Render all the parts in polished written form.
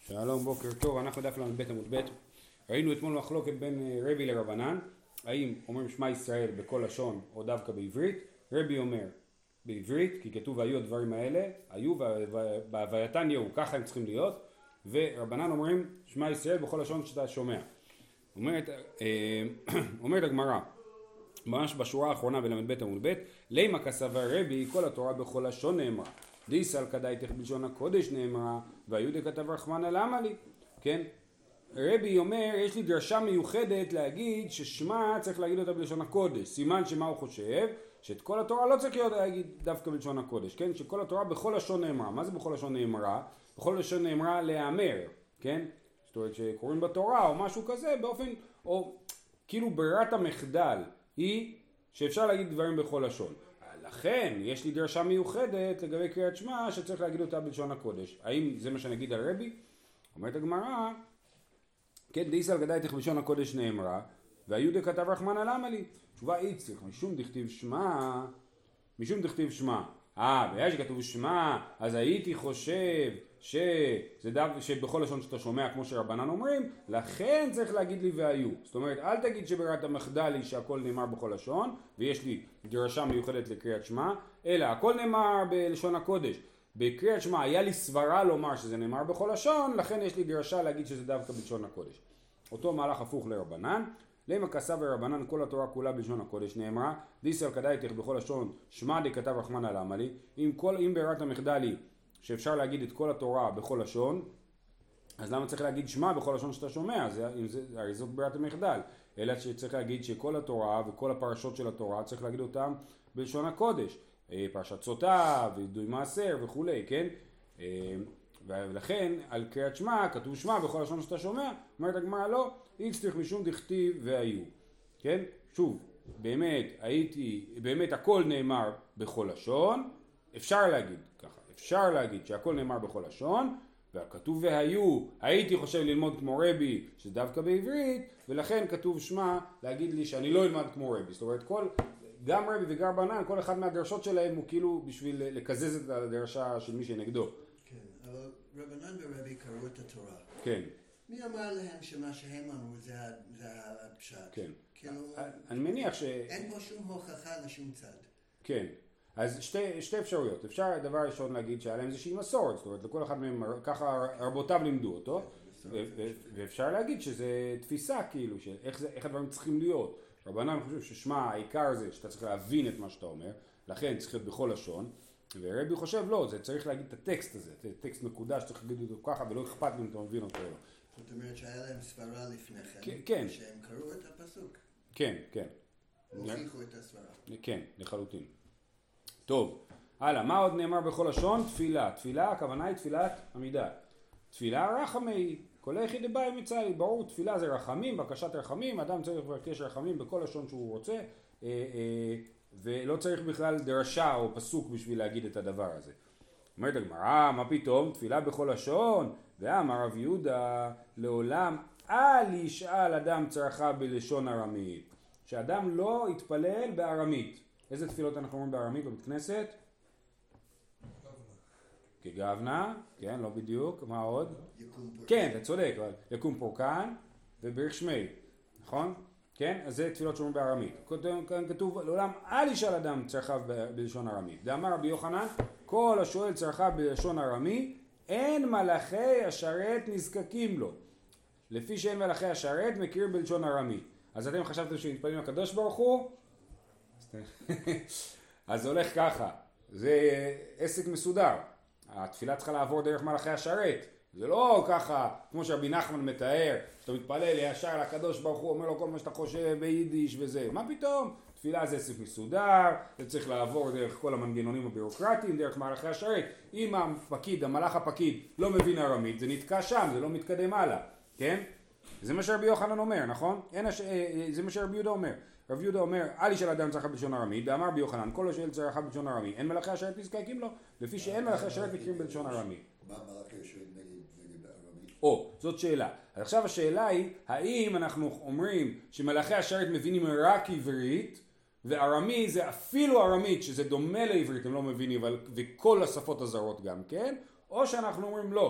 שלום, בוקר טוב, אנחנו דף ל"ב עמוד ב'. ראינו אתמול מחלוקת בין רבי לרבנן, האם אומרים שמע ישראל בכל לשון או דווקא בעברית. רבי אומר בעברית, כי כתוב היו הדברים האלה, היו והווייתן יהיו, ככה הם צריכים להיות, ורבנן אומרים שמע ישראל בכל לשון שאתה שומע. אומרת הגמרא, ממש בשורה האחרונה בל"ב עמוד ב', למה כסבר רבי כל התורה בכל לשון נאמרה. דיסל כדאיתך בלשון הקודש נאמרה, והיהודה כתב רחמנא למה לי? כן? רבי אומר, יש לי דרשה מיוחדת להגיד ששמה צריך להגיד אותה בלשון הקודש. סימן שמה הוא חושב? שאת כל התורה לא צריך להגיד דווקא בלשון הקודש, כן? שכל התורה בכל לשון נאמרה. מה זה בכל לשון נאמרה? בכל לשון נאמרה להיאמר, כן? זאת אומרת שקוראים בתורה או משהו כזה באופן, או כאילו ברירת המחדל היא שאפשר להגיד דברים בכל לשון. לכן יש לי דרשה מיוחדת לגבי קריאת שמע שצריך להגיד אותה בלשון הקודש. האם זה מה שנגיד על רבי? אומרת הגמרא, כן, דיסל כדאיתך בלשון הקודש נאמרה, והיהודה כתב רחמנא למה לי? תשובה אצלך, משום דכתיב שמע. בגלל שכתוב שמע, אז הייתי חושב שבכל לשון שאתה שומע כמו שרבנן אומרים, לכן צריך להגיד לי והיו. זאת אומרת, אל תגיד שברירת המחדל היא שהכל נאמר בכל לשון, ויש לי דרשה מיוחדת לקריאת שמע, אלא הכל נאמר בלשון הקודש. בקריאת שמע היה לי סברה לומר שזה נאמר בכל לשון, לכן יש לי דרשה להגיד שזה דווקא בלשון הקודש. אותו מהלך הפוך לרבנן, למה כסבר רבנן כל התורה כולה בלשון הקודש נאמרה, דיסל כדאיתך בכל לשון שמע דכתב רחמנא למה לי. אם ברירת המחדל היא שאפשר להגיד את כל התורה בכל לשון, אז למה צריך להגיד שמע בכל לשון שאתה שומע? הרי זאת ברירת המחדל. אלא שצריך להגיד שכל התורה וכל הפרשות של התורה צריך להגיד אותם בלשון הקודש. פרשת סוטה וידוי מעשר וכולי, כן? ולכן על קריאת שמע כתוב שמע בכל לשון שאתה שומע. אומרת הגמרא לא, אצטריך משום דכתיב והיו. כן? שוב, באמת הכל נאמר בכל לשון, אפשר להגיד ככה. אפשר להגיד שהכל נאמר בכל לשון, והכתוב והיו, הייתי חושב ללמוד כמו רבי, שזה דווקא בעברית, ולכן כתוב שמע להגיד לי שאני לא אלמד כמו רבי. זאת אומרת, גם רבי וגם רבנן, כל אחד מהדרשות שלהם הוא כאילו בשביל לקזז את הדרשה של מי שנגדו. כן, אבל רבנן ורבי קראו את התורה. כן. מי אמר להם שמה שהם אמרו זה הפשט? כן. כאילו, אני מניח אין פה שום הוכחה לשום צד. כן. אז שתי אפשרויות. אפשר דבר ראשון להגיד שהיה להם איזושהי מסורת, זאת אומרת לכל אחד מהם ככה רבותיו לימדו אותו, ואפשר להגיד שזה תפיסה כאילו, איך הדברים צריכים להיות. רבנן חושב ששמע העיקר זה שאתה צריך להבין את מה שאתה אומר, לכן צריך להיות בכל לשון, ורבי חושב לא, זה צריך להגיד את הטקסט הזה, טקסט מקודש שצריך להגיד אותו ככה ולא אכפת אם אתה מבין אותו. זאת אומרת שהיה להם סברה לפני כן. שהם קראו את הפסוק. כן, כן. הוכיחו את הסברה. כן, לחלוטין. טוב, הלאה, מה עוד נאמר בכל לשון? תפילה. תפילה, הכוונה היא תפילת עמידה. תפילה רחמי, כל היחיד דבאי מצאי. ברור, תפילה זה רחמים, בקשת רחמים, אדם צריך לבקש רחמים בכל לשון שהוא רוצה, ולא צריך בכלל דרשה או פסוק בשביל להגיד את הדבר הזה. אומרת הגמרא, מה פתאום? תפילה בכל לשון? ואמר רב יהודה, לעולם אל ישאל אדם צרכה בלשון ארמית. שאדם לא יתפלל בארמית. איזה תפילות אנחנו אומרים בארמית בבית כנסת? כגוונה, כן, לא בדיוק, מה עוד? כן, אתה צודק, יקום פורקן ובריך שמי, נכון? כן, אז זה תפילות שאומרים בארמית. כאן כתוב, לעולם אל ישאל אדם צרכה בלשון ארמית. דאמר רבי יוחנן, כל השואל צרכה בלשון ארמי, אין מלאכי השרת נזקקים לו. לפי שאין מלאכי השרת מכיר בלשון ארמי. אז אתם חשבתם שמתפללים לקדוש ברוך הוא? אז זה הולך ככה, זה עסק מסודר, התפילה צריכה לעבור דרך מלאכי השרת, זה לא ככה כמו שרבי נחמן מתאר, שאתה מתפלל ישר לקדוש ברוך הוא, אומר לו כל מה שאתה חושב ביידיש וזה, מה פתאום? תפילה זה עסק מסודר, זה צריך לעבור דרך כל המנגנונים הבירוקרטיים, דרך מלאכי השרת. אם המלאך הפקיד לא מבין ארמית, זה נתקע שם, זה לא מתקדם הלאה, כן? זה מה שרבי יוחנן אומר, נכון? זה מה שרבי יהודה אומר. רב יהודה אומר, אל ישאל אדם צרכה בלשון ארמית, ואמר רבי יוחנן, כל השואל צרכה בלשון ארמית, אין מלאכי השרת נזקקים לו, לפי שאין מלאכי השרת מכירים בלשון ארמית. מה מלאכי השרת נגד ארמית? זאת שאלה. אז עכשיו השאלה היא, האם אנחנו אומרים שמלאכי השרת מבינים רק עברית, וארמי זה אפילו ארמית, שזה דומה לעברית, הם לא מבינים, וכל השפות הזרות גם כן, או שאנחנו אומרים לא.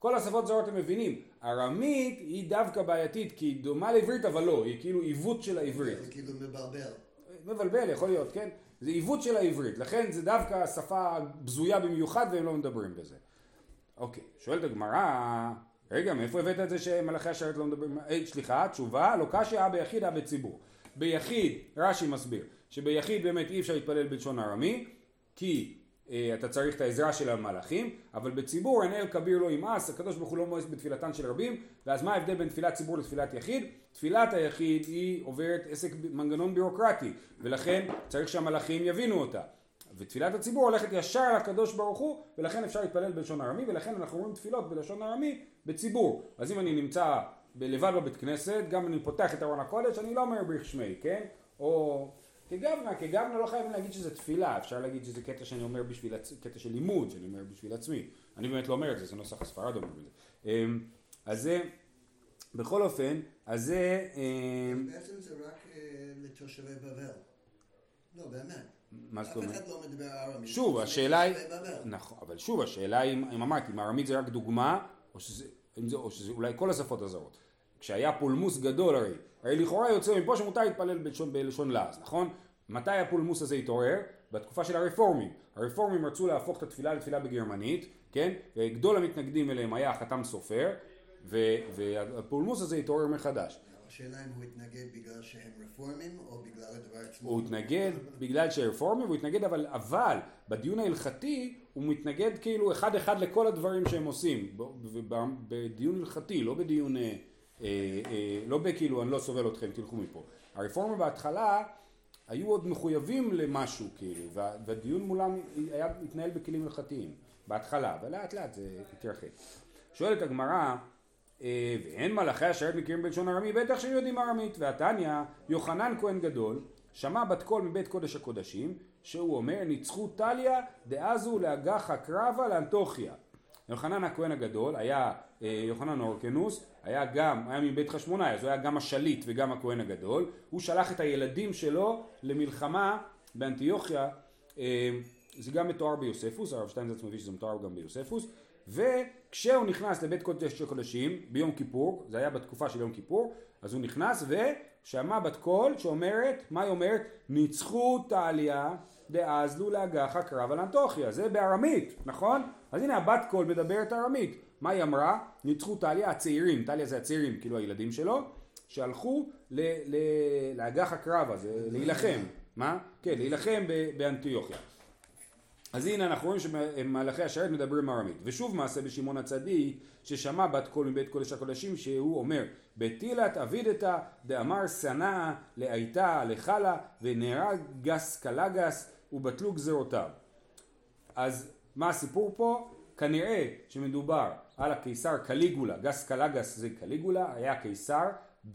כל השפות זרות הם מבינים. ארמית היא דווקא בעייתית כי היא דומה לעברית אבל לא, היא כאילו עיוות של העברית. זה כאילו מבלבל. מבלבל יכול להיות, כן? זה עיוות של העברית, לכן זה דווקא שפה בזויה במיוחד והם לא מדברים בזה. אוקיי, שואלת הגמרא, רגע, מאיפה הבאת את זה שמלאכי השרת לא מדברים? סליחה, תשובה, לא קשיא ביחיד בציבור. ביחיד, רש"י מסביר, שביחיד באמת אי אפשר להתפלל בלשון ארמי, כי אתה צריך את העזרה של המלאכים, אבל בציבור אין אל כביר לא ימאס, הקדוש ברוך הוא לא מואס בתפילתן של רבים, ואז מה ההבדל בין תפילת ציבור לתפילת יחיד? תפילת היחיד היא עוברת עסק מנגנון בירוקרטי, ולכן צריך שהמלאכים יבינו אותה. ותפילת הציבור הולכת ישר לקדוש ברוך הוא, ולכן אפשר להתפלל בלשון ארמי, ולכן אנחנו רואים תפילות בלשון ארמי בציבור. אז אם אני נמצא לבד בבית כנסת, גם אני פותח את ארון הקודש, אני לא אומר בריך שמי, כן? או כגבנה לא חייבים להגיד שזה תפילה, אפשר להגיד שזה קטע שאני אומר בשביל, קטע של לימוד, שאני אומר בשביל עצמי. אני באמת לא אומר את זה, זה נוסח הספרד אומר את זה. אז זה, בכל אופן, אז זה... בעצם זה רק לתושבי בבל. לא, באמת. מה זאת אומרת? אף אחד לא מדבר ארמית. שוב, השאלה היא... נכון, אבל שוב, השאלה היא, אם אמרתי, אם ארמית זה רק דוגמה, או שזה אולי כל השפות הזרות. כשהיה פולמוס גדול הרי לכאורה יוצא מפה שמותר להתפלל בלשון לעז, נכון? מתי הפולמוס הזה התעורר? בתקופה של הרפורמים. הרפורמים רצו להפוך את התפילה לתפילה בגרמנית, כן? וגדול המתנגדים אליהם היה חתם סופר, והפולמוס הזה התעורר מחדש. השאלה אם הוא התנגד בגלל שהם רפורמים או בגלל הדבר עצמו. הוא התנגד בגלל שהם רפורמים, הוא התנגד אבל בדיון ההלכתי הוא מתנגד כאילו אחד לכל הדברים שהם עושים, בדיון הלכתי, לא בדיון... לא בכאילו אני לא סובל אתכם, תלכו מפה. הרפורמה בהתחלה היו עוד מחויבים למשהו כאילו, והדיון מולם היה מתנהל בכלים הלכתיים בהתחלה, ולאט לאט זה התרחב. שואלת הגמרא, ואין מלאכי השרת מכירים בלשון ארמי, בטח שהם יודעים ארמית. והתניא, יוחנן כהן גדול שמע בת קול מבית קודש הקודשים, שהוא אומר ניצחו טליה דאזו להגחה קרבה לאנטוכיה. יוחנן הכהן הגדול היה יוחנן אורקנוס, היה מבית חשמונאי, אז הוא היה גם השליט וגם הכהן הגדול. הוא שלח את הילדים שלו למלחמה באנטיוכיה, זה גם מתואר ביוספוס, הרב שטיינזלץ מביא שזה מתואר גם ביוספוס. וכשהוא נכנס לבית קודש הקודשים ביום כיפור, זה היה בתקופה של יום כיפור, אז הוא נכנס ושמע בת קול שאומרת, מה היא אומרת? ניצחו טליה דאזלו להגחה קרבה לאנטוכיה. זה בארמית, נכון? אז הנה הבת קול מדברת ארמית. מה היא אמרה? ניצחו טליה, הצעירים, טליה זה הצעירים, כאילו הילדים שלו, שהלכו להגחה קרבה, זה להילחם. מה? כן, להילחם באנטיוכיה. אז הנה אנחנו רואים שמלאכי השרת מדברים ארמית. ושוב מעשה בשמעון הצדיק ששמע בת קול מבית קודש הקודשים שהוא אומר בתילת אבידתא דאמר שנאה לאייתה לחלה ונהרג גס קלגס ובטלו גזרותיו. אז מה הסיפור פה? כנראה שמדובר על הקיסר קליגולה, גס קלגס זה קליגולה, היה קיסר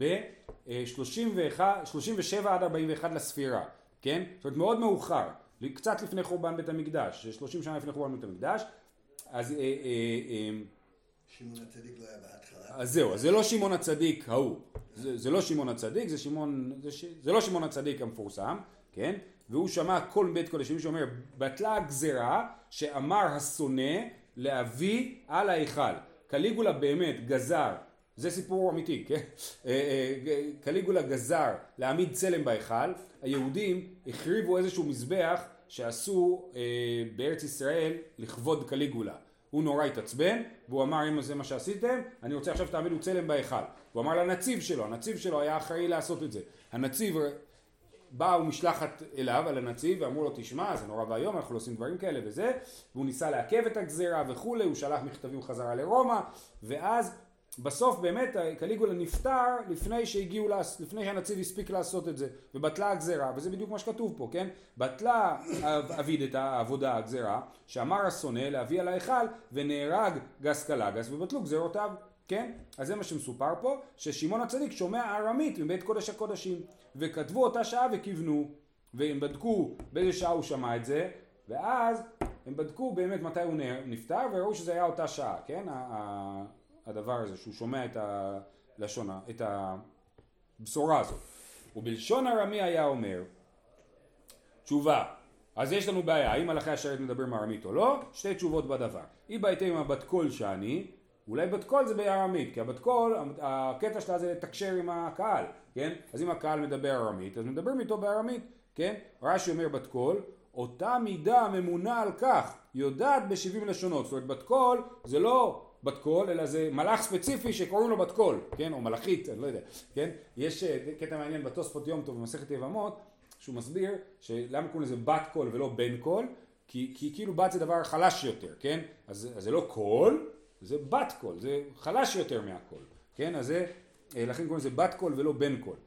ב-37 עד 41 לספירה, כן? זאת אומרת מאוד מאוחר. קצת לפני חורבן בית המקדש, 30 שנה לפני חורבן בית המקדש, אז... שמעון הצדיק לא היה בהתחלה. אז זהו, אז זה לא שמעון הצדיק ההוא, זה לא שמעון הצדיק, זה לא שמעון הצדיק המפורסם, כן? והוא שמע כל בית קודשים שאומר, בטלה הגזרה שאמר השונא להביא על ההיכל. קליגולה באמת גזר, זה סיפור אמיתי, כן? קליגולה גזר להעמיד צלם בהיכל, היהודים החריבו איזשהו מזבח שעשו בארץ ישראל לכבוד קליגולה. הוא נורא התעצבן, והוא אמר אם זה מה שעשיתם, אני רוצה עכשיו תעמידו צלם בהיכל. הוא אמר לנציב שלו, הנציב שלו היה אחראי לעשות את זה. הנציב באו משלחת אליו, על הנציב, ואמרו לו תשמע, זה נורא והיום, אנחנו לא עושים דברים כאלה וזה, והוא ניסה לעכב את הגזרה וכו', הוא שלח מכתבים חזרה לרומא, ואז בסוף באמת קליגולה נפטר לפני שהנציב הספיק לעשות את זה, ובטלה הגזרה, וזה בדיוק מה שכתוב פה, כן? בטלה אביד את העבודה הגזרה, שאמר השונא להביא על ההיכל, ונהרג גס קלגס, ובטלו גזרותיו, כן? אז זה מה שמסופר פה, ששמעון הצדיק שומע ארמית מבית קודש הקודשים, וכתבו אותה שעה וכיוונו, והם בדקו באיזה שעה הוא שמע את זה, ואז הם בדקו באמת מתי הוא נפטר, וראו שזה היה אותה שעה, כן? הדבר הזה, שהוא שומע את הלשון, את הבשורה הזאת. ובלשון ארמי היה אומר, תשובה, אז יש לנו בעיה, האם מלאכי השרת מדברים ארמית או לא? שתי תשובות בדבר. היא בהייתם הבת קול שאני, אולי בת קול זה בארמית, כי הבת קול, הקטע שלה זה לתקשר עם הקהל, כן? אז אם הקהל מדבר ארמית, אז מדברים איתו בארמית, כן? רש"י אומר בת קול, אותה מידה ממונה על כך, יודעת ב70 לשונות. זאת אומרת, בת קול זה לא בת קול, אלא זה מלאך ספציפי שקוראים לו בת קול, כן? או מלאכית, אני לא יודע, כן? יש קטע מעניין בתוספות יום טוב במסכת יבמות, שהוא מסביר שלמה קוראים לזה בת קול ולא בן קול, כי כאילו בת זה דבר חלש יותר, כן? אז זה לא קול, זה בת קול, זה חלש יותר מהקול, כן? אז זה, לכן קוראים לזה בת קול ולא בן קול.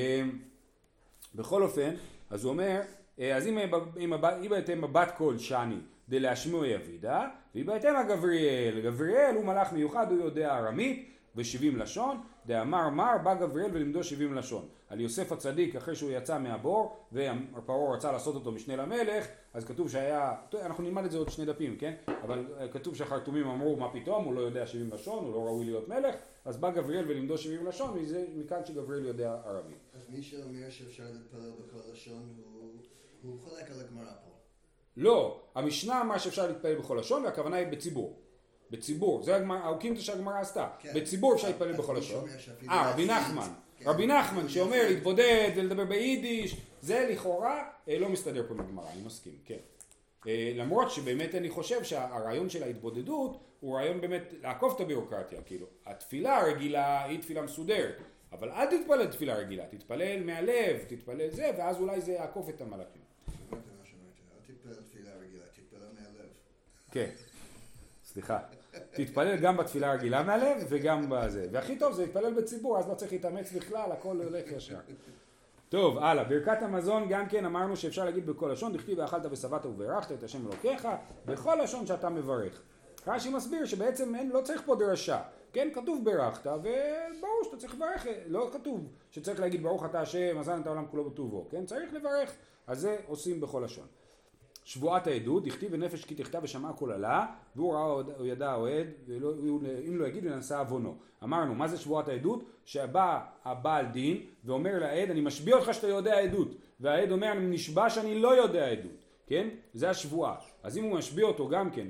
בכל אופן, אז הוא אומר, אז אם הייתם בת קול שני דלהשמיעו יבידה, ואם הייתם הגבריאל, גבריאל הוא מלאך מיוחד, הוא יודע ארמית ו70 לשון, דאמר מר בא גבריאל ולמדו 70 לשון. על יוסף הצדיק אחרי שהוא יצא מהבור ופרעה רצה לעשות אותו משנה למלך, אז כתוב שהיה, אנחנו נלמד את זה עוד 2 דפים, כן? אבל כתוב שהחרטומים אמרו מה פתאום, הוא לא יודע 70 לשון, הוא לא ראוי להיות מלך, אז בא גבריאל ולמדו 70 לשון, מכאן שגבריאל יודע ארמית. אז מי שאומר שאפשר להתפלל בכל לשון הוא חולק על הגמרא פה. לא, המשנה אמרה שאפשר להתפלל בכל לשון, והכוונה היא בציבור. בציבור, זה האוקימתא שהגמרא עשתה. בציבור אפשר להתפלל בכל לשון. רבי נחמן. רבי נחמן שאומר להתבודד ולדבר ביידיש, זה לכאורה לא מסתדר פה בגמרא, אני מסכים, כן. למרות שבאמת אני חושב שהרעיון של ההתבודדות הוא רעיון באמת לעקוף את הבירוקרטיה, כאילו. התפילה הרגילה היא תפילה מסודרת, אבל אל תתפלל תפילה רגילה, תתפלל מהלב, תתפלל זה, ואז אולי זה יעקוף את המלאכים. אל תתפלל תפילה רגילה, תתפלל מהלב. כן, סליחה. תתפלל גם בתפילה הרגילה מהלב וגם בזה. והכי טוב זה להתפלל בציבור, אז לא צריך להתאמץ בכלל, הכל הולך ישר. טוב, הלאה. ברכת המזון גם כן אמרנו שאפשר להגיד בכל לשון, דכתיב ואכלת ושבעת וברכת את השם אלוקיך, בכל לשון שאתה מברך. רש"י מסביר שבעצם לא צריך פה דרשה. כן, כתוב ברכת, וברור שאתה צריך לברך. לא כתוב שצריך להגיד ברוך אתה השם, אזן את העולם כולו בטובו. כן, צריך לברך. אז זה עושים בכל לשון. שבועת העדות, דכתיב ונפש כי תחטא ושמע כל עלה, והוא ראה הוא ידע האוהד, אם לא יגיד ונשא עוונו. אמרנו, מה זה שבועת העדות? שבא הבעל דין ואומר לעד, אני משביע אותך שאתה יודע עדות, והעד אומר, אני נשבע שאני לא יודע עדות, כן? זה השבועה. אז אם הוא משביע אותו גם כן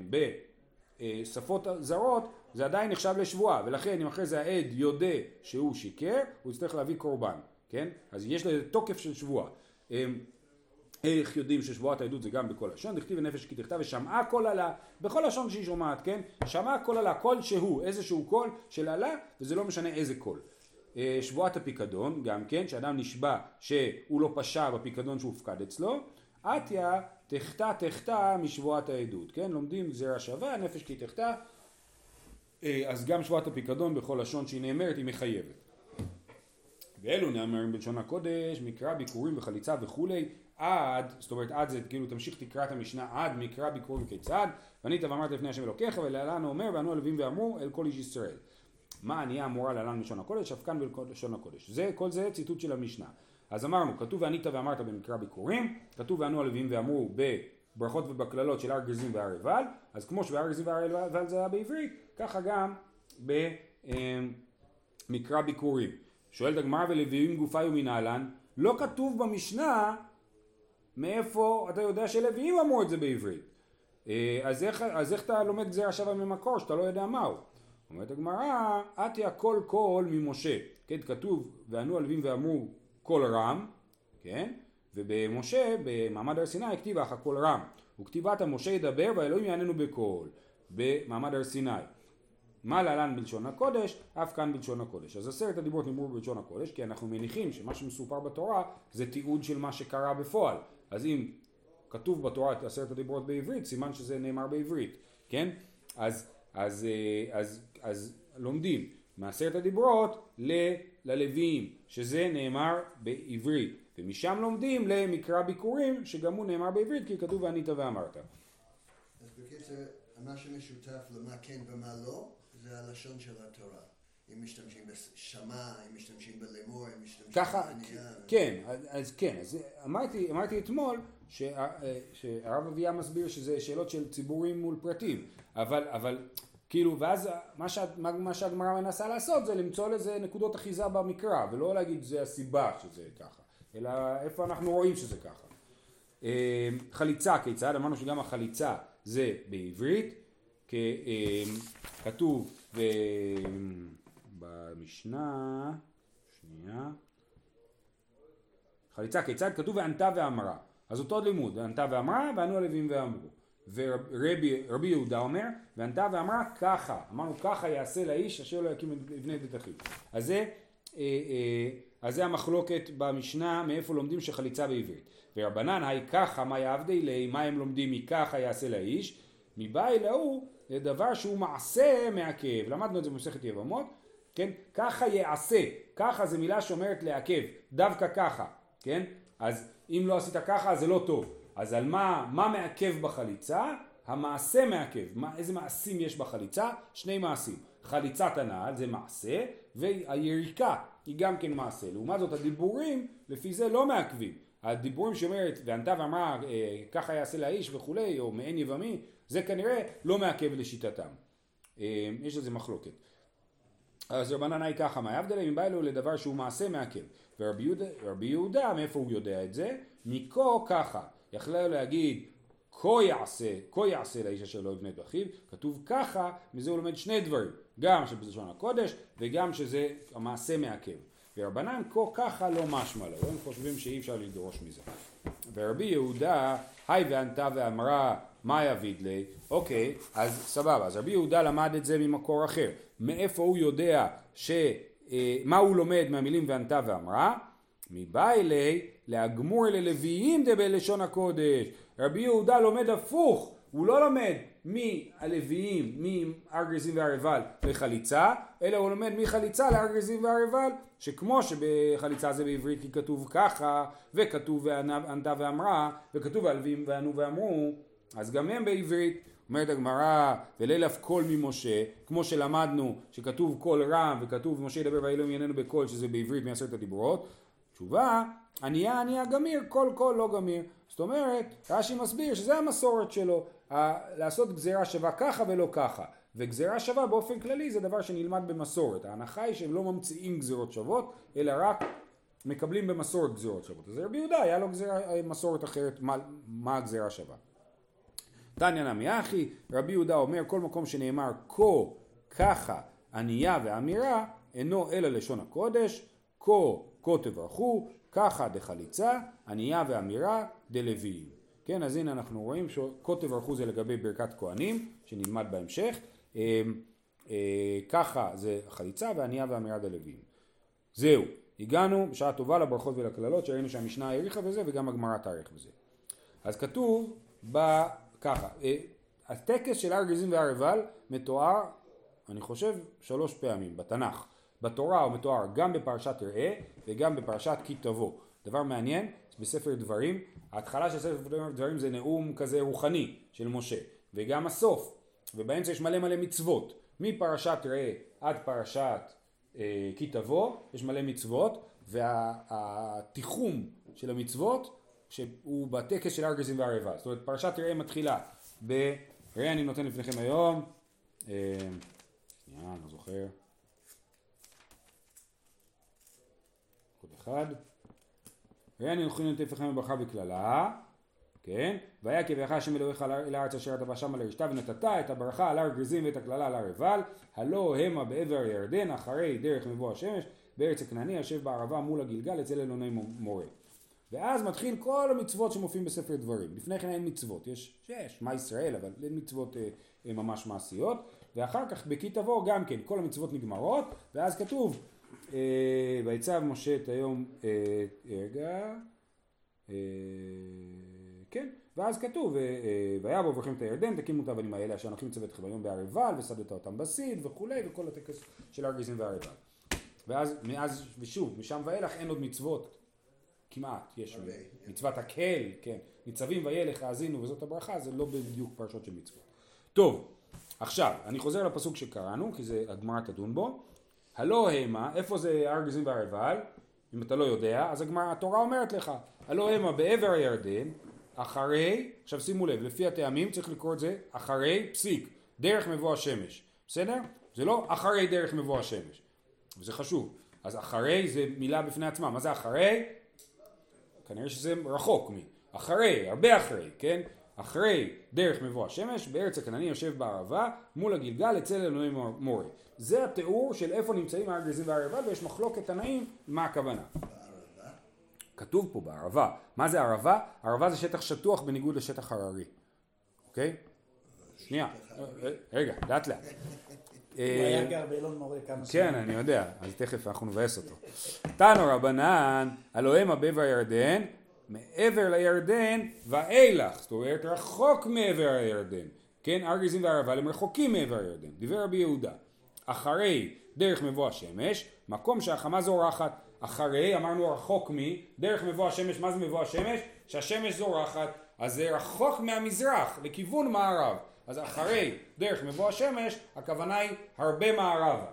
בשפות זרות, זה עדיין נחשב לשבועה, ולכן אם אחרי זה העד יודע שהוא שיקר, הוא יצטרך להביא קורבן, כן? אז יש לזה תוקף של שבועה. איך יודעים ששבועת העדות זה גם בכל לשון? דכתיב ונפש כי תחטא ושמעה קול עלה, בכל לשון שהיא שומעת, כן? שמעה קול עלה, קול שהוא, איזשהו קול של עלה, וזה לא משנה איזה קול. שבועת הפיקדון, גם כן, שאדם נשבע שהוא לא פשע בפיקדון שהופקד אצלו, עתיה תחטא משבועת העדות, כן? לומדים גזירה שווה, נפש כי תחטא, אז גם שבועת הפיקדון בכל לשון שהיא נאמרת היא מחייבת. ואלו נאמרים בלשון הקודש, מקרא, ביקורים וחליצה וכולי, עד, זאת אומרת עד זה כאילו תמשיך תקרא את המשנה עד מקרא ביקורים כיצד, וענית ואמרת לפני השם אלוקיך ולהלן הוא אומר וענו הלווים ואמרו אל כל איש ישראל. מה ענייה אמורה להלן בלשון הקודש? אף כאן בלשון הקודש. כל זה ציטוט של המשנה. אז אמרנו, כתוב וענית ואמרת במקרא ביקורים, כתוב וענו הלווים ואמרו בברכות ובקללות של הר גריזים והר עיבל, אז כמו שבהר גריזים והר עיבל זה היה בעברית, ככה גם במקרא ביקורים. שואלת הגמרא ולוויים גופי ומנהלן, לא כתוב במשנה מאיפה אתה יודע שלוויים אמרו את זה בעברית. אז איך אתה לומד גזירה שווה ממקור שאתה לא יודע מהו? אומרת הגמרא, עתיה כל קול ממשה. כן, כתוב וענו הלווים ואמרו קול רם, כן? ובמשה, במעמד הר סיני, כתיב אחא קול רם. וכתיבת המשה ידבר והאלוהים יעננו בקול, במעמד הר סיני. מה להלן בלשון הקודש? אף כאן בלשון הקודש. אז 10 הדיברות נאמרו בלשון הקודש, כי אנחנו מניחים שמה שמסופר בתורה זה תיעוד של מה שקרה בפועל. אז אם כתוב בתורה את 10 הדיברות בעברית, סימן שזה נאמר בעברית, כן? אז לומדים מ10 הדיברות ללוויים, שזה נאמר בעברית, ומשם לומדים למקרא ביקורים, שגם הוא נאמר בעברית, כי כתוב וענית ואמרת. אז בקיצור, מה שמשותף למה כן ומה לא, זה הלשון של התורה. אם משתמשים בשמה, אם משתמשים בלמור, אם משתמשים בענייה. כן, אז אמרתי אתמול שהרב אביה מסביר שזה שאלות של ציבורים מול פרטים, אבל כאילו, ואז מה שהגמרא מנסה לעשות זה למצוא לזה נקודות אחיזה במקרא, ולא להגיד זה הסיבה שזה ככה, אלא איפה אנחנו רואים שזה ככה. חליצה כיצד? אמרנו שגם החליצה זה בעברית, כתוב ובמשנה, שנייה, חליצה כיצד כתוב וענתה ואמרה, אז אותו לימוד, וענתה ואמרה וענו הלוויים ואמרו, ורבי יהודה אומר וענתה ואמרה ככה, אמרנו ככה יעשה לאיש אשר לא יקים לבני בית אחיו. אז זה המחלוקת במשנה מאיפה לומדים שחליצה בעברית. ורבנן היי ככה מה יעבדי לי, מה הם לומדים מככה יעשה לאיש, מבאי להוא לדבר שהוא מעשה מעכב. למדנו את זה במסכת יבמות, כן? ככה יעשה, ככה זה מילה שאומרת לעכב, דווקא ככה, כן? אז אם לא עשית ככה זה לא טוב. אז על מה מעכב בחליצה? המעשה מעכב. איזה מעשים יש בחליצה? שני מעשים. חליצת הנעל זה מעשה, והיריקה היא גם כן מעשה. לעומת זאת הדיבורים לפי זה לא מעכבים. הדיבורים שאומרת וענתה ואמרה ככה יעשה לאיש וכולי, או מעין יבמי, זה כנראה לא מעכב לשיטתם. יש לזה מחלוקת. אז רבנן היי ככה מה יבדלה מבא לו לדבר שהוא מעשה מעכב. ורבי יהודה מאיפה הוא יודע את זה? מכו ככה. יכלה להגיד כה יעשה לאיש אשר לא יבנה את אחיו, כתוב ככה, מזה הוא לומד שני דברים, גם שבלשון הקודש וגם שזה המעשה מעכב. ורבנן כה ככה לא משמע לו, הם חושבים שאי אפשר לדרוש מזה. ורבי יהודה היי וענתה ואמרה מה יביד לי, אוקיי, אז סבבה, אז רבי יהודה למד את זה ממקור אחר. מאיפה הוא יודע מה הוא לומד מהמילים וענתה ואמרה? מבאי לי להגמור ללוויים דבלשון הקודש. רבי יהודה לומד הפוך, הוא לא לומד מהלוויים, מארגזים וערבל לחליצה, אלא הוא לומד מחליצה לארגזים וערבל, שכמו שבחליצה זה בעברית כי כתוב ככה, וכתוב וענתה ואמרה, וכתוב הלוויים וענו ואמרו, אז גם הם בעברית. אומרת הגמרא וליל אף קול ממשה, כמו שלמדנו שכתוב קול רם וכתוב משה ידבר ואלוהים יעננו בקול, שזה בעברית מעשרת הדיברות. תשובה, ענייה גמיר, קול לא גמיר. זאת אומרת, רש"י מסביר שזה המסורת שלו, לעשות גזירה שווה ככה ולא ככה. וגזירה שווה באופן כללי זה דבר שנלמד במסורת. ההנחה היא שהם לא ממציאים גזירות שוות, אלא רק מקבלים במסורת גזירות שוות. אז רבי יהודה היה לו מסורת אחרת, מה הגזירה שווה. תניא נמי אחי, רבי יהודה אומר כל מקום שנאמר ככה, ענייה ואמירה, אינו אלא לשון הקודש, כה תברכו, ככה דחליצה, ענייה ואמירה דלוויים. כן, אז הנה אנחנו רואים שכה תברכו זה לגבי ברכת כהנים, שנלמד בהמשך, ככה זה חליצה וענייה ואמירה דלוויים. זהו, הגענו בשעה טובה לברכות ולכללות, שראינו שהמשנה העריכה בזה וגם הגמרא תאריך בזה. אז כתוב ככה, הטקס של ארגזים וערבל מתואר, אני חושב 3 פעמים בתנ"ך. בתורה הוא מתואר גם בפרשת תראה וגם בפרשת כי תבוא. דבר מעניין, בספר דברים, ההתחלה של ספר דברים זה נאום כזה רוחני של משה, וגם הסוף, ובאמצע יש מלא מצוות. מפרשת תראה עד פרשת כי תבוא, יש מלא מצוות, והתיחום של המצוות שהוא בטקס של ארגזים וערבל. זאת אומרת, פרשת תראה מתחילה ראה אני נותן לפניכם היום, שנייה, אני לא זוכר, עוד אחד, ראה אני נותן לפניכם בברכה וכללה, כן, והיה כי ויחל השם אלוהיך אל הארץ אשר אתה בא שמה לרשתה ונתת את הברכה על הר גריזים ואת הכללה על הערבל, הלא המה בעבר הירדן אחרי דרך מבוא השמש בארץ הכנעני יושב בערבה מול הגלגל אצל אלוני מורה. ואז מתחיל כל המצוות שמופיעים בספר דברים. לפני כן אין מצוות, יש מה ישראל, אבל אין מצוות ממש מעשיות. ואחר כך בכי תבוא גם כן, כל המצוות נגמרות, ואז כתוב, ויצב משה את היום, כן, ואז כתוב, ויבוא וברכם את הירדן, תקימו את האבנים האלה, אשר אנוכי מצווה אתכם היום בערבל, ושדת אותם בסיד וכולי, וכל הטקס של ארגזים וערבל. ואז, ושוב, משם ואילך אין עוד מצוות. כמעט, יש מצוות הקהל, כן, ניצבים וילך האזינו וזאת הברכה, זה לא בדיוק פרשות של מצוות. טוב, עכשיו, אני חוזר לפסוק שקראנו, כי זה הגמרא תדון בו. הלא המה, איפה זה ארגזים וערבל? אם אתה לא יודע, אז התורה אומרת לך, הלא המה בעבר הירדן, אחרי, עכשיו שימו לב, לפי הטעמים צריך לקרוא את זה, אחרי פסיק, דרך מבוא השמש. בסדר? זה לא אחרי דרך מבוא השמש. וזה חשוב. אז אחרי זה מילה בפני עצמה. מה זה אחרי? כנראה שזה רחוק אחרי, הרבה אחרי, כן? אחרי דרך מבוא השמש, בארץ הכנעני יושב בערבה, מול הגלגל אצל אלוהי מורה. זה התיאור של איפה נמצאים הר גריזים והר ערבל, ויש מחלוקת תנאים מה הכוונה. בערבה? כתוב פה בערבה. מה זה ערבה? ערבה זה שטח שטוח בניגוד לשטח הררי. אוקיי? שנייה. רגע, לאט לאט. הוא היה גר באלון מורה כמה שנים. כן, אני יודע, אז תכף אנחנו נבאס אותו. תנו רבנן, הלוא המה בעבר הירדן, מעבר לירדן ואילך, זאת אומרת רחוק מעבר הירדן. כן, הר גריזים והר ערבל הם רחוקים מעבר הירדן. דיבר רבי יהודה, אחרי דרך מבוא השמש, מקום שהחמה זורחת. אחרי, אמרנו רחוק דרך מבוא השמש. מה זה מבוא השמש? שהשמש זורחת, אז זה רחוק מהמזרח, לכיוון מערב. אז אחרי דרך מבוא השמש, הכוונה היא הרבה מערבה.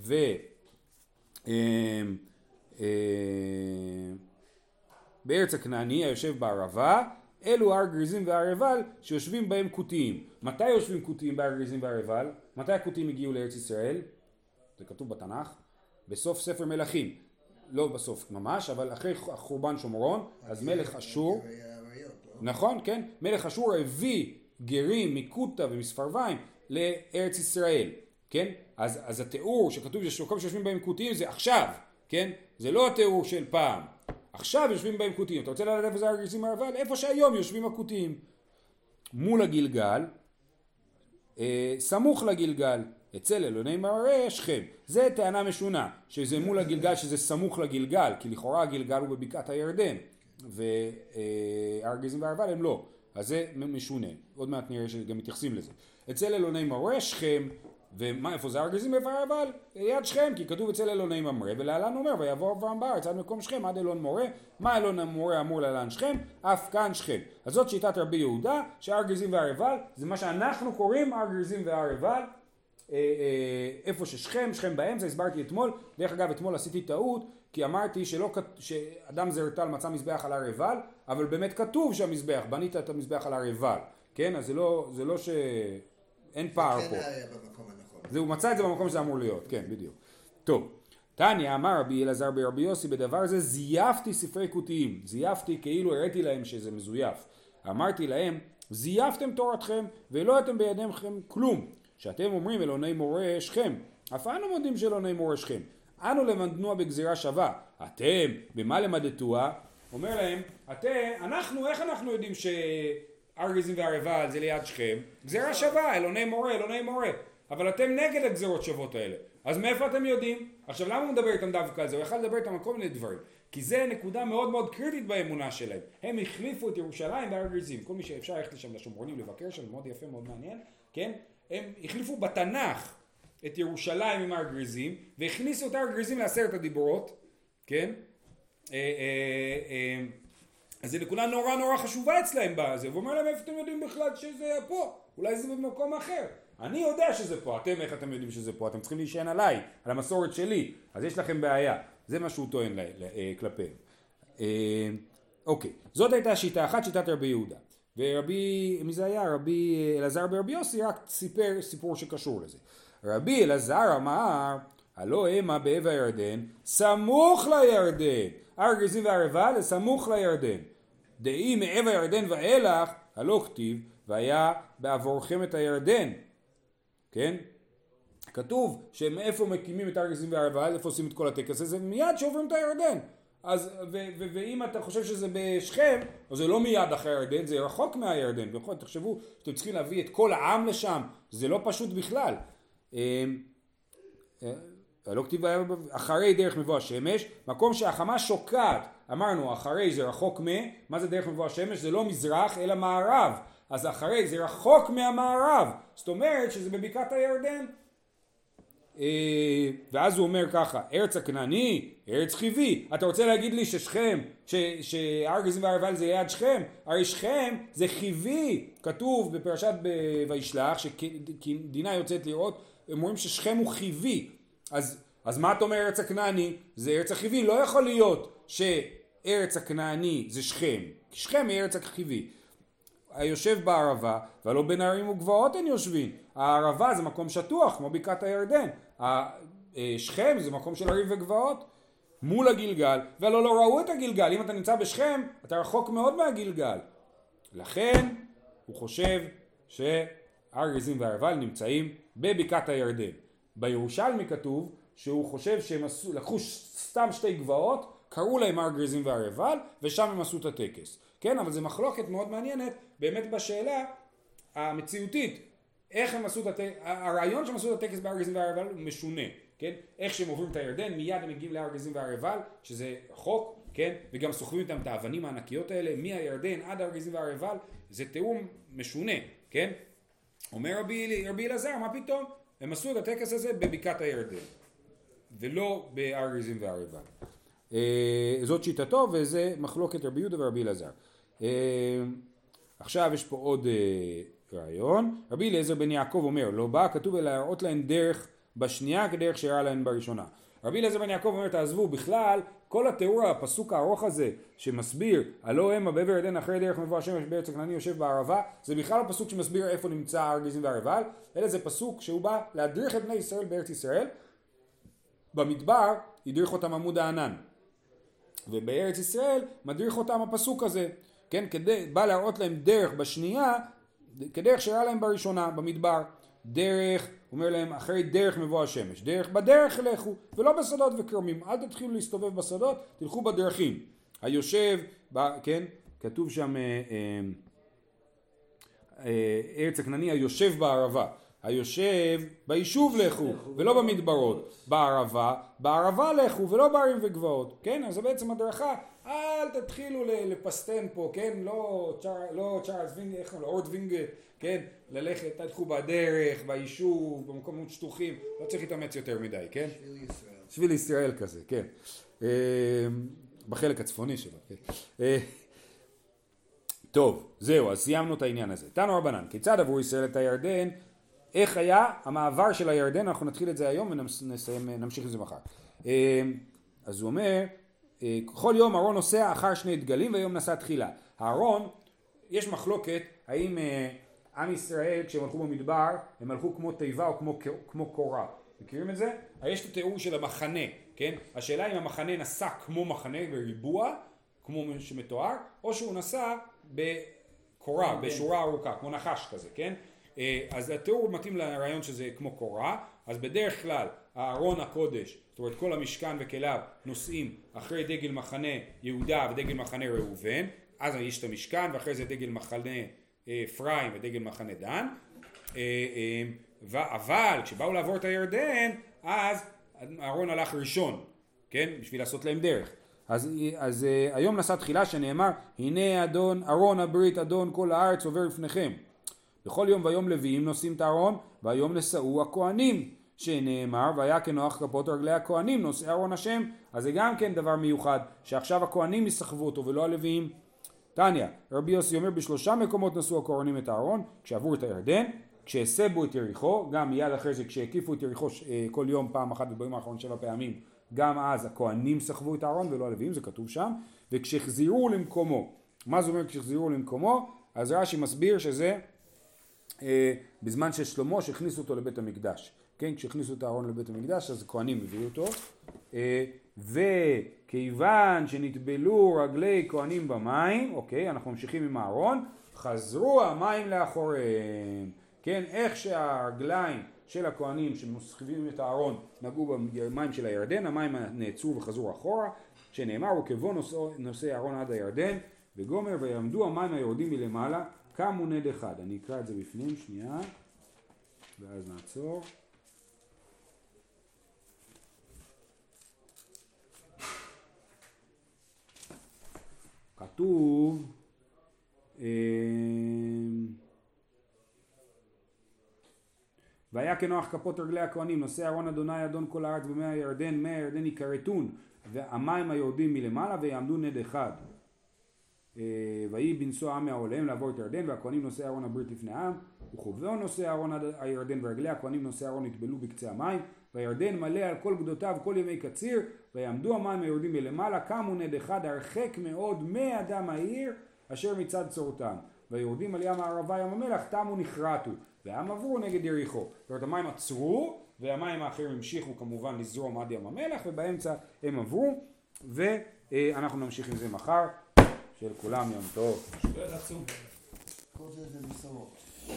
בארץ הכנעני היושב בערבה, אלו הר גריזים והר ערבל שיושבים בהם כותיים. מתי יושבים כותיים בהר גריזים והר ערבל? מתי הכותיים הגיעו לארץ ישראל? זה כתוב בתנ"ך, בסוף ספר מלכים. לא בסוף ממש, אבל אחרי חורבן שומרון, אז מלך אשור, נכון, כן? מלך אשור הביא גרים מקוטה ומספרביים לארץ ישראל, כן? אז התיאור שכתוב שמקום שיושבים בהם כותיים זה עכשיו, כן? זה לא התיאור של פעם. עכשיו יושבים בהם כותיים. אתה רוצה לדעת איפה זה הר גריזים והר ערבל? איפה שהיום יושבים הכותיים. מול הגלגל, סמוך לגלגל, אצל אלוהי מראה שכם. זה טענה משונה, שזה מול הגלגל, שזה סמוך לגלגל, כי לכאורה הגלגל הוא בבקעת הירדן, והר גריזים והר ערבל הם לא. אז זה משונה. עוד מעט נראה שגם מתייחסים לזה. אצל אלוהי מראה שכם, ואיפה זה הר גריזים והר ערבל? יד שכם, כי כתוב אצל אלוהי ממרא, ולהלן אומר, ויעבור אברהם בארץ עד מקום שכם, עד אלון מורה. מה אלון מורה אמור להלן שכם? אף כאן שכם. אז זאת שיטת רבי יהודה, שהר גריזים והר ערבל, זה מה שאנחנו קוראים הר גריזים והר ערבל, איפה ששכם באמצע, הסברתי אתמול. דרך אגב, אתמול עשיתי טעות, כי אמרתי שאדם זרטל מצא מזבח על הר ערבל, אבל באמת כתוב שהמזבח, בנית את המזבח על הר ערבל, כן? אז זה לא שאין פער פה. זה כן היה במקום הנכון. הוא מצא את זה במקום שזה אמור להיות, כן, בדיוק. טוב, תניא אמר רבי אלעזר ברבי יוסי, בדבר זה זייפתי ספרי כותיים. זייפתי כאילו הראיתי להם שזה מזויף. אמרתי להם, זייפתם תורתכם ולא אתם בידיכם כלום. שאתם אומרים אלוהי מורה שכם, אף אנו מודים שאלוהי מורה שכם. אנו למדנוה בגזירה שווה. אתם, במה למדתוה? אומר להם, איך אנחנו יודעים שהר גריזים והר ערבל זה ליד שכם? גזירה שווה, אלוהי מורה. אבל אתם נגד הגזירות שוות האלה. אז מאיפה אתם יודעים? עכשיו למה הוא מדבר איתם דווקא על זה? הוא יכול לדבר איתם על כל מיני דברים. כי זה נקודה מאוד מאוד קריטית באמונה שלהם. הם החליפו את ירושלים בהר גריזים. כל מי שאפשר ללכת לשם לשומרונים לבקר שם, מאוד יפה, מאוד מעניין, כן? הם החליפו בתנ"ך את ירושלים עם הר גריזים, והכניסו את הר גריזים ל10 הדיברות, כן? אז זה נקודה נורא חשובה אצלהם בזה, והוא אומר להם איפה אתם יודעים בכלל שזה פה, אולי זה במקום אחר. אני יודע שזה פה, אתם איך אתם יודעים שזה פה, אתם צריכים להישען עליי, על המסורת שלי, אז יש לכם בעיה, זה מה שהוא טוען כלפיהם. אוקיי, זאת הייתה שיטה אחת, שיטת רבי יהודה. מי זה היה? רבי אלעזר ברבי יוסי רק סיפר סיפור שקשור לזה. רבי אלעזר אמר, הלא המה בעבר הירדן, סמוך לירדן. הר גריזים והר ערבל סמוך לירדן. דאי מעבר הירדן ואילך, הלא כתיב, והיה בעבורכם את הירדן. כן? כתוב שמאיפה מקימים את הר גריזים והר ערבל, איפה עושים את כל הטקס הזה, מיד שעוברים את הירדן. אז, ואם אתה חושב שזה בשכם, אז זה לא מיד אחרי הירדן, זה רחוק מהירדן. בכל זאת, תחשבו שאתם צריכים להביא את כל העם לשם, זה לא פשוט בכלל. לא כתיב אחרי דרך מבוא השמש, מקום שהחמה שוקעת, אמרנו אחרי זה רחוק מה זה דרך מבוא השמש? זה לא מזרח אלא מערב, אז אחרי זה רחוק מהמערב, זאת אומרת שזה בבקעת הירדן. ואז הוא אומר ככה, ארץ הכנעני, ארץ חיבי. אתה רוצה להגיד לי ששכם, שהר גריזים והר ערבל זה יד שכם? הרי שכם זה חיבי. כתוב בפרשת וישלח שדינה יוצאת לראות, הם אומרים ששכם הוא חיבי. אז מה אתה אומר ארץ הכנעני? זה ארץ החיבי. לא יכול להיות שארץ הכנעני זה שכם, כי שכם היא ארץ החיבי. היושב בערבה, ולא בין ערים וגבעות אין יושבים. הערבה זה מקום שטוח, כמו בקעת הירדן. שכם זה מקום של ערים וגבעות. מול הגלגל, ולא ראו את הגלגל. אם אתה נמצא בשכם, אתה רחוק מאוד מהגלגל. לכן, הוא חושב שהר גריזים והר עיבל נמצאים בבקעת הירדן. בירושלמי כתוב שהוא חושב שהם לקחו סתם שתי גבעות, קראו להם הר גריזים והר עיבל, ושם הם עשו את הטקס. כן, אבל זו מחלוקת מאוד מעניינת, באמת בשאלה המציאותית, איך הם עשו את הטקס, הרעיון שהם עשו את הטקס בהר גריזים והר עיבל הוא משונה, כן? איך שהם עוברים את הירדן, מיד הם מגיעים להר גריזים והר עיבל, שזה חוק, כן? וגם סוחבים איתם את האבנים הענקיות האלה, מהירדן עד הר גריזים והר עיבל, זה תיאום משונה, כן? אומר רבי אלעזר, מה פתאום? הם עשו את הטקס הזה בבקעת הירדן, ולא בהר גריזים והר עיבל. זאת שיטתו, וזה מחלוקת רבי יהודה ורבי אלעזר. עכשיו יש פה עוד רעיון. רבי אליעזר בן יעקב אומר, לא בא כתוב אלא להראות להן דרך בשנייה כדרך שהראה להן בראשונה. רבי אליעזר בן יעקב אומר, תעזבו, בכלל כל התיאור הפסוק הארוך הזה שמסביר הלא המה בעבר ירדן אחרי דרך מבוא השמש בארץ הכנעני יושב בערבה, זה בכלל הפסוק שמסביר איפה נמצא הר גריזים והר עיבל, אלא זה פסוק שהוא בא להדריך את בני ישראל בארץ ישראל. במדבר ידריך אותם עמוד הענן, ובארץ ישראל מדריך אותם הפסוק הזה, כן, בא להראות להם דרך בשנייה כדרך שהראה להם בראשונה במדבר. דרך, אומר להם, אחרי דרך מבוא השמש, דרך בדרך לכו, ולא בשדות וכרמים, אל תתחילו להסתובב בשדות, תלכו בדרכים. היושב, כן, כתוב שם ארץ הכנעני היושב בערבה, היושב ביישוב לכו ולא במדברות, בערבה לכו ולא בערים וגבעות, כן, אז זה בעצם הדרכה, אל תתחילו לפסטן פה, כן, לא צ'ארלס וינגה, איך קוראים לו, אורד וינגה, כן, ללכת, תלכו בדרך, ביישוב, במקומות שטוחים, לא צריך להתאמץ יותר מדי, כן? שביל ישראל כזה, כן. בחלק הצפוני שלו, כן. טוב, זהו, אז סיימנו את העניין הזה. תנו רבנן, כיצד עברו ישראל את הירדן? איך היה המעבר של הירדן? אנחנו נתחיל את זה היום ונמשיך את זה מחר. אז הוא אומר, כל יום אהרון נוסע אחר שני דגלים ויום נסע תחילה. אהרון, יש מחלוקת האם עם ישראל כשהם הלכו במדבר הם הלכו כמו תיבה או כמו קורה. מכירים את זה? יש את התיאור של המחנה, כן? השאלה אם המחנה נסע כמו מחנה בריבוע, כמו שמתואר, או שהוא נסע בקורה, בשורה ארוכה, כמו נחש כזה, כן? אז התיאור מתאים לרעיון שזה כמו קורה, אז בדרך כלל הארון הקודש, זאת אומרת כל המשכן וכליו נוסעים אחרי דגל מחנה יהודה ודגל מחנה ראובן, אז יש את המשכן ואחרי זה דגל מחנה אפרים ודגל מחנה דן, אבל כשבאו לעבור את הירדן אז הארון הלך ראשון, כן? בשביל לעשות להם דרך. אז היום נסע תחילה שנאמר הנה אדון ארון הברית אדון כל הארץ עובר לפניכם. בכל יום ויום לוויים נושאים את הארון והיום נשאו הכהנים שנאמר והיה כנוח כפות רגלי הכהנים נושאי ארון השם. אז זה גם כן דבר מיוחד שעכשיו הכהנים יסחבו אותו ולא הלוויים. תניא, רבי יוסי אומר בשלושה מקומות נשאו הכהנים את הארון כשעברו את הירדן, כשהסבו את יריחו, גם מיד אחרי זה כשהקיפו את יריחו כל יום פעם אחת וביום האחרון 7 פעמים, גם אז הכהנים סחבו את הארון ולא הלוויים, זה כתוב שם, וכשהחזירו למקומו. מה זה אומר כשהחזירו למקומו? אז רש"י מסביר שזה בזמן ששלמה שהכניסו אותו לבית המקדש, כן, כשהכניסו את הארון לבית המקדש אז הכהנים הביאו אותו, וכיוון שנטבלו רגלי כהנים במים, אוקיי, אנחנו ממשיכים עם הארון, חזרו המים לאחוריהם, כן, איך שהרגליים של הכהנים שמוסחבים את הארון נגעו במים של הירדן, המים נעצרו וחזרו אחורה, שנאמר וכבוא נושא הארון עד הירדן, וגומר ויעמדו המים היורדים מלמעלה, קמו נד אחד. אני אקרא את זה בפנים, שנייה, ואז נעצור. כתוב והיה כנוח כפות רגלי הכהנים נושא ארון אדוני אדון כל הארץ במי הירדן, מי הירדן יכרתון והמים היורדים מלמעלה ויעמדו נד אחד. ויהי בנסוע עם מהעולם לעבור את ירדן והכהנים נושאי ארון הברית לפני העם וחובו נושא ארון עד הירדן ורגלי הכהנים נושאי ארון נטבלו בקצה המים והירדן מלא על כל גדותיו כל ימי קציר ויעמדו המים היורדים מלמעלה קמו נד אחד הרחק מאוד מאדם העיר אשר מצד צורתם והיורדים על ים הערבה ים המלח תמו נחרטו והעם עברו נגד יריחו. זאת אומרת המים עצרו והמים האחרים המשיכו כמובן לזרום עד ים המלח ובאמצע הם עברו ואנחנו נמשיך עם זה מחר. של כולם יום טוב. כל זה מסורות.